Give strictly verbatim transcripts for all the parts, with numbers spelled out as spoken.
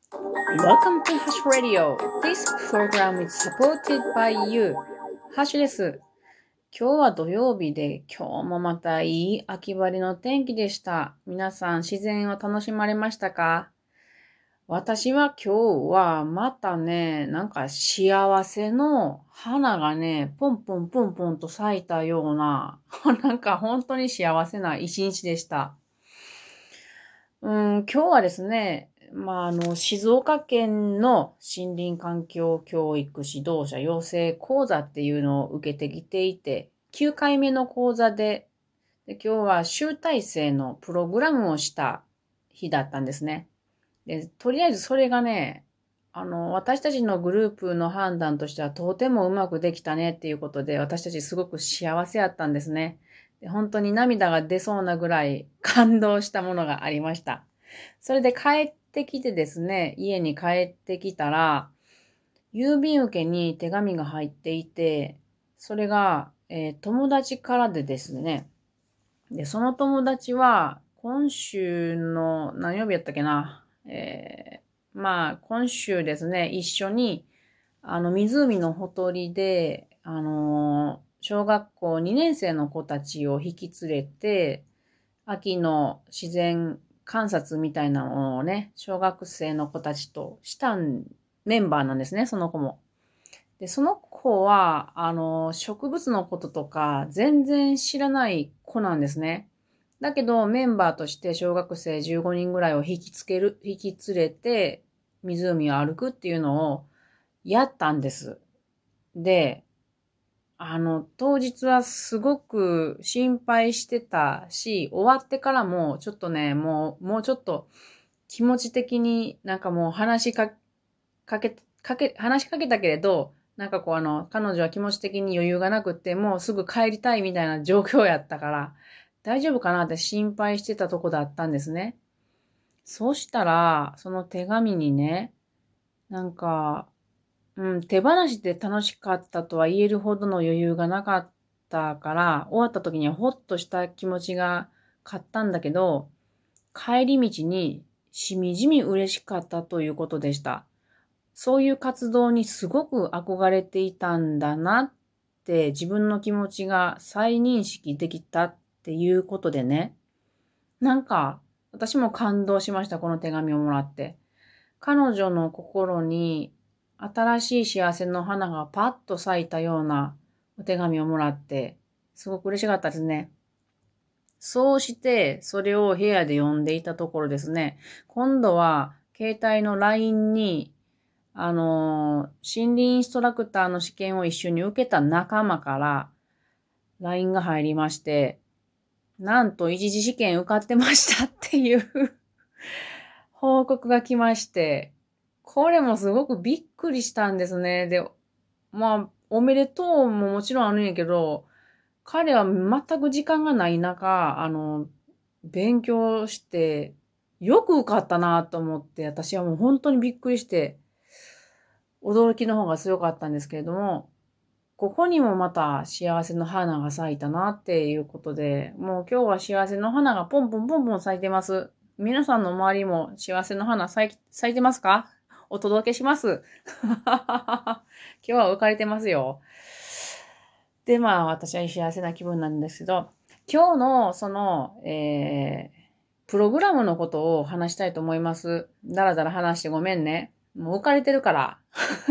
Welcome to Hash Radio. This program is supported by you. ハッシュです。今日は土曜日で、今日もまたいい秋晴れの天気でした。皆さん自然を楽しまれましたか？私は今日はまたね、なんか幸せの花がね、ポンポンポンポンと咲いたような、なんか本当に幸せな一日でした。うん、今日はですね、まあ、あの、静岡県の森林環境教育指導者養成講座っていうのを受けてきていて、きゅうかいめの講座で、で今日は集大成のプログラムをした日だったんですね。で、とりあえずそれがね、あの、私たちのグループの判断としてはとてもうまくできたねっていうことで、私たちすごく幸せやったんですね。で本当に涙が出そうなぐらい感動したものがありました。それで帰ってきてですね、家に帰ってきたら、郵便受けに手紙が入っていて、それが、えー友達からでですね、で、その友達は、今週の何曜日やったっけな、えーまあ、今週ですね、一緒に、あの、湖のほとりで、あのー小学校にねん生の子たちを引き連れて、秋の自然観察みたいなものをね、小学生の子たちとしたメンバーなんですね、その子も。で、その子は、あの、植物のこととか全然知らない子なんですね。だけど、メンバーとして小学生じゅうごにんぐらいを引きつける、引き連れて湖を歩くっていうのをやったんです。で、あの、当日はすごく心配してたし、終わってからもちょっとね、もう、もうちょっと気持ち的になんかもう話しかかけ、かけ、話しかけたけれど、なんかこうあの、彼女は気持ち的に余裕がなくって、もうすぐ帰りたいみたいな状況やったから、大丈夫かなって心配してたとこだったんですね。そうしたら、その手紙にね、なんか、うん、手放しで楽しかったとは言えるほどの余裕がなかったから、終わった時にはほっとした気持ちが勝ったんだけど、帰り道にしみじみ嬉しかったということでした。そういう活動にすごく憧れていたんだなって自分の気持ちが再認識できたっていうことでね。なんか私も感動しました、この手紙をもらって。彼女の心に新しい幸せの花がパッと咲いたようなお手紙をもらって、すごく嬉しかったですね。そうして、それを部屋で読んでいたところですね。今度は、携帯の ライン に、あのー、森林インストラクターの試験を一緒に受けた仲間から ライン が入りまして、なんと一次試験受かってましたっていう報告が来まして、これもすごくびっくりしたんですね。で、まあ、おめでとうももちろんあるんやけど、彼は全く時間がない中、あの、勉強して、よく受かったなと思って、私はもう本当にびっくりして、驚きの方が強かったんですけれども、ここにもまた幸せの花が咲いたなっていうことで、もう今日は幸せの花がポンポンポンポン咲いてます。皆さんの周りも幸せの花咲い咲いてますか？お届けします。今日は浮かれてますよ。で、まあ私は幸せな気分なんですけど、今日のその、えー、プログラムのことを話したいと思います。だらだら話してごめんね。もう浮かれてるから。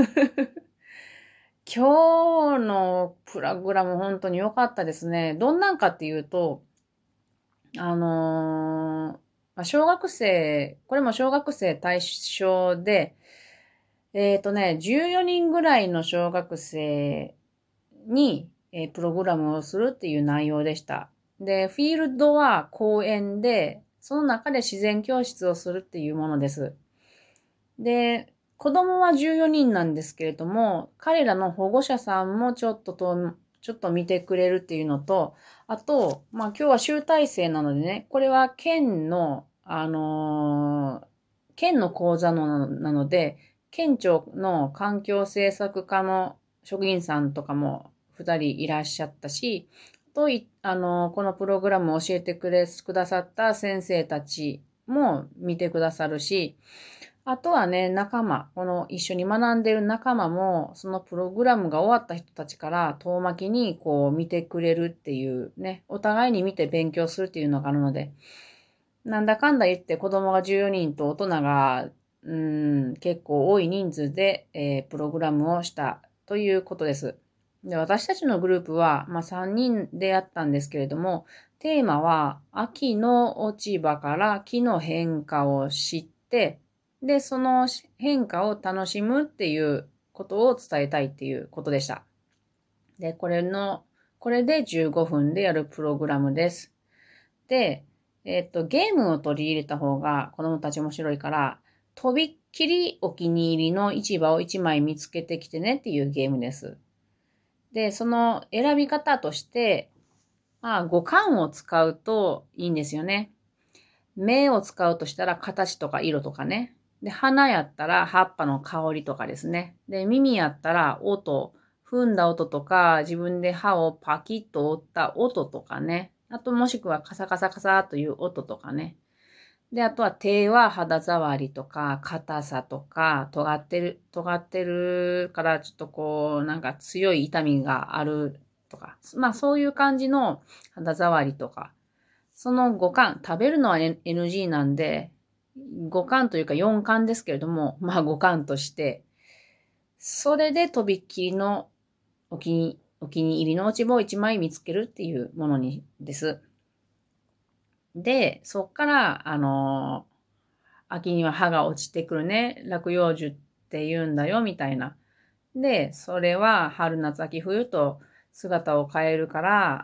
今日のプログラム本当に良かったですね。どんなんかっていうと、あのーまあ小学生、これも小学生対象で、えっとね、じゅうよにんぐらいの小学生に、えープログラムをするっていう内容でした。で、フィールドは公園で、その中で自然教室をするっていうものです。で、子供はじゅうよにんなんですけれども、彼らの保護者さんもちょっとと、ちょっと見てくれるっていうのと、あと、まあ今日は集大成なのでね、これは県の、あのー県の講座のなので、県庁の環境政策課の職員さんとかもふたりいらっしゃったし、とい、あのーこのプログラムを教えてくれ、くださった先生たちも見てくださるし、 あとはね、仲間、この一緒に学んでる仲間も、そのプログラムが終わった人たちから遠巻きにこう見てくれるっていうね、お互いに見て勉強するっていうのがあるので、なんだかんだ言って子供がじゅうよにんと大人が、うん、結構多い人数で、えープログラムをしたということです。で、私たちのグループは、まあさんにんでやったんですけれども、テーマは秋の落ち葉から木の変化を知って、で、その変化を楽しむっていうことを伝えたいっていうことでした。で、これの、これでじゅうごふんでやるプログラムです。で、えっと、ゲームを取り入れた方が子供たち面白いから、とびっきりお気に入りの市場をいちまい見つけてきてねっていうゲームです。で、その選び方として、まあ、五感を使うといいんですよね。目を使うとしたら形とか色とかね。で、花やったら葉っぱの香りとかですね。で、耳やったら音、踏んだ音とか、自分で歯をパキッと折った音とかね。あともしくはカサカサカサという音とかね。で、あとは手は肌触りとか、硬さとか、尖ってる、尖ってるからちょっとこう、なんか強い痛みがあるとか。まあそういう感じの肌触りとか。その五感、食べるのは エヌジー なんで、五感というか四感ですけれども、まあ五感として、それでとびっきりのお気に、お気に入りの落ち葉を一枚見つけるっていうものにです。で、そっから、あの秋には葉が落ちてくるね、落葉樹って言うんだよ、みたいな。で、それは春夏秋冬と姿を変えるから、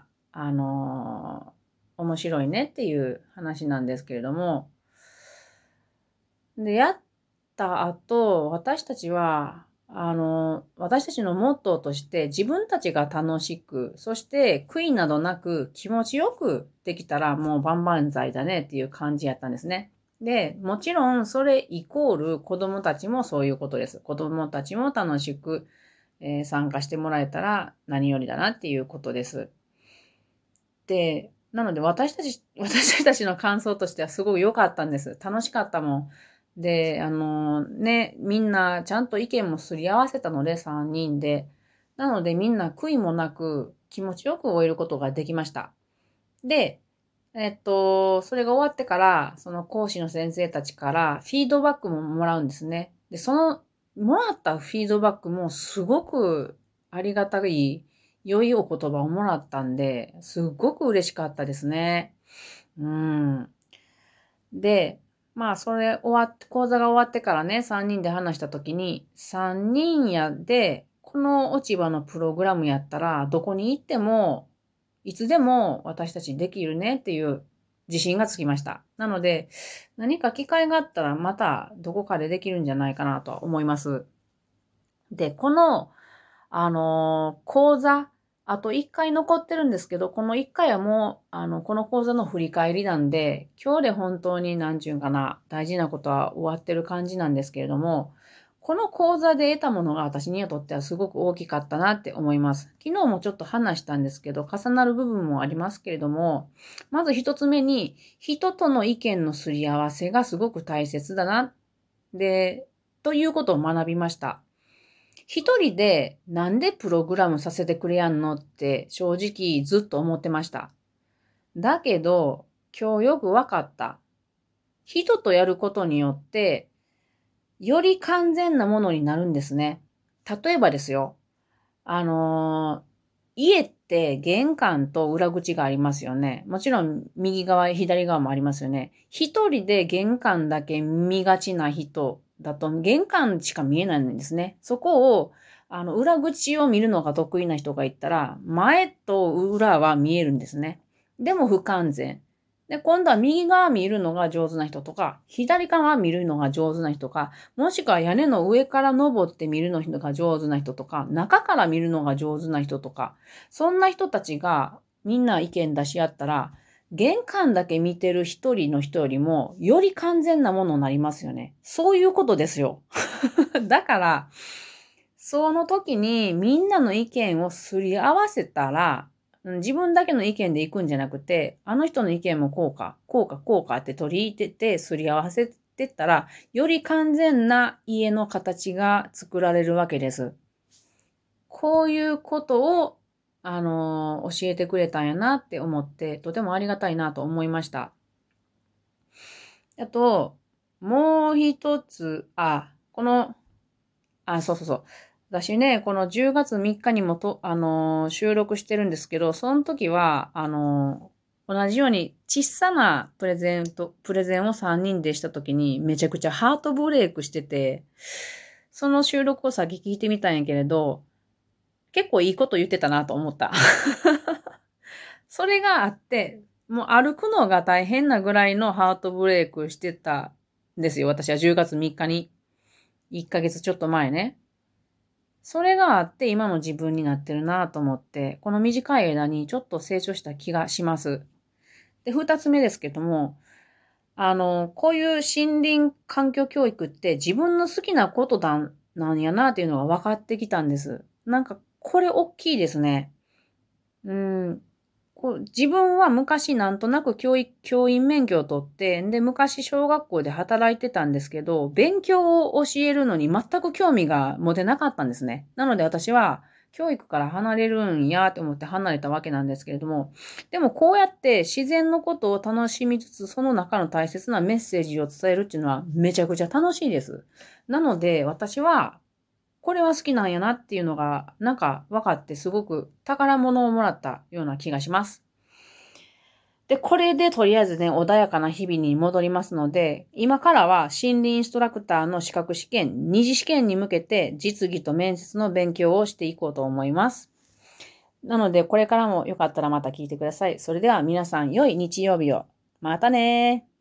あのー面白いねっていう話なんですけれども、で、やった後、私たちは、あの、私たちのモットーとして自分たちが楽しく、そして悔いなどなく気持ちよくできたらもう万々歳だねっていう感じやったんですね。で、もちろんそれイコール子供たちもそういうことです。子供たちも楽しく、えー参加してもらえたら何よりだなっていうことです。で、なので私たち、私たちの感想としてはすごく良かったんです。楽しかったもん。で、あのね、みんなちゃんと意見もすり合わせたので、さんにんで。なのでみんな悔いもなく気持ちよく終えることができました。で、えっと、それが終わってから、その講師の先生たちからフィードバックももらうんですね。で、その、もらったフィードバックもすごくありがたい、良いお言葉をもらったんで、すっごく嬉しかったですね。うん。で、まあ、それ終わって、講座が終わってからね、さんにんで話したときに、さんにんやで、この落ち葉のプログラムやったら、どこに行っても、いつでも私たちできるねっていう自信がつきました。なので、何か機会があったらまたどこかでできるんじゃないかなとは思います。で、この、あのー講座、あといっかい残ってるんですけど、このいっかいはもう、あの、この講座の振り返りなんで、今日で本当に何ちゅうんかな、大事なことは終わってる感じなんですけれども、この講座で得たものが私にとってはすごく大きかったなって思います。昨日もちょっと話したんですけど、重なる部分もありますけれども、まず一つ目に、人との意見のすり合わせがすごく大切だな、で、ということを学びました。一人でなんでプログラムさせてくれやんのって正直ずっと思ってました。だけど、今日よくわかった。人とやることによって、より完全なものになるんですね。例えばですよ。あのー家って玄関と裏口がありますよね。もちろん右側、左側もありますよね。一人で玄関だけ見がちな人だと玄関しか見えないんですね。そこを、あの、裏口を見るのが得意な人がいたら、前と裏は見えるんですね。でも不完全。で、今度は右側見るのが上手な人とか、左側見るのが上手な人か、もしくは屋根の上から登って見るのが上手な人とか、中から見るのが上手な人とか、そんな人たちがみんな意見出し合ったら、玄関だけ見てる一人の人よりも、より完全なものになりますよね。そういうことですよ。だから、その時にみんなの意見をすり合わせたら、自分だけの意見で行くんじゃなくて、あの人の意見もこうか、こうか、こうかって取り入れてすり合わせってったら、より完全な家の形が作られるわけです。こういうことを、あのー教えてくれたんやなって思って、とてもありがたいなと思いました。あと、もう一つ、あ、この、あ、そうそうそう。私ね、このじゅうがつみっかにもと、あのー収録してるんですけど、その時は、あのー同じように小さなプレゼント、プレゼンをさんにんでした時にめちゃくちゃハートブレイクしてて、その収録を先聞いてみたんやけれど、結構いいこと言ってたなと思った。それがあって、もう歩くのが大変なぐらいのハートブレイクしてたんですよ。私はじゅうがつみっかに。いっかげつちょっと前ね。それがあって今の自分になってるなと思って、この短い間にちょっと成長した気がします。で、二つ目ですけども、あの、こういう森林環境教育って自分の好きなことだ、なんやなっていうのが分かってきたんです。なんか、これ大きいですね。うん。こう自分は昔なんとなく教育、教員免許を取って、で、昔小学校で働いてたんですけど、勉強を教えるのに全く興味が持てなかったんですね。なので私は、教育から離れるんやと思って離れたわけなんですけれども、でもこうやって自然のことを楽しみつつ、その中の大切なメッセージを伝えるっていうのはめちゃくちゃ楽しいです。なので私は、これは好きなんやなっていうのが、なんか分かってすごく宝物をもらったような気がします。で、これでとりあえずね、穏やかな日々に戻りますので、今からは森林インストラクターの資格試験、二次試験に向けて実技と面接の勉強をしていこうと思います。なので、これからもよかったらまた聞いてください。それでは皆さん良い日曜日を。またねー。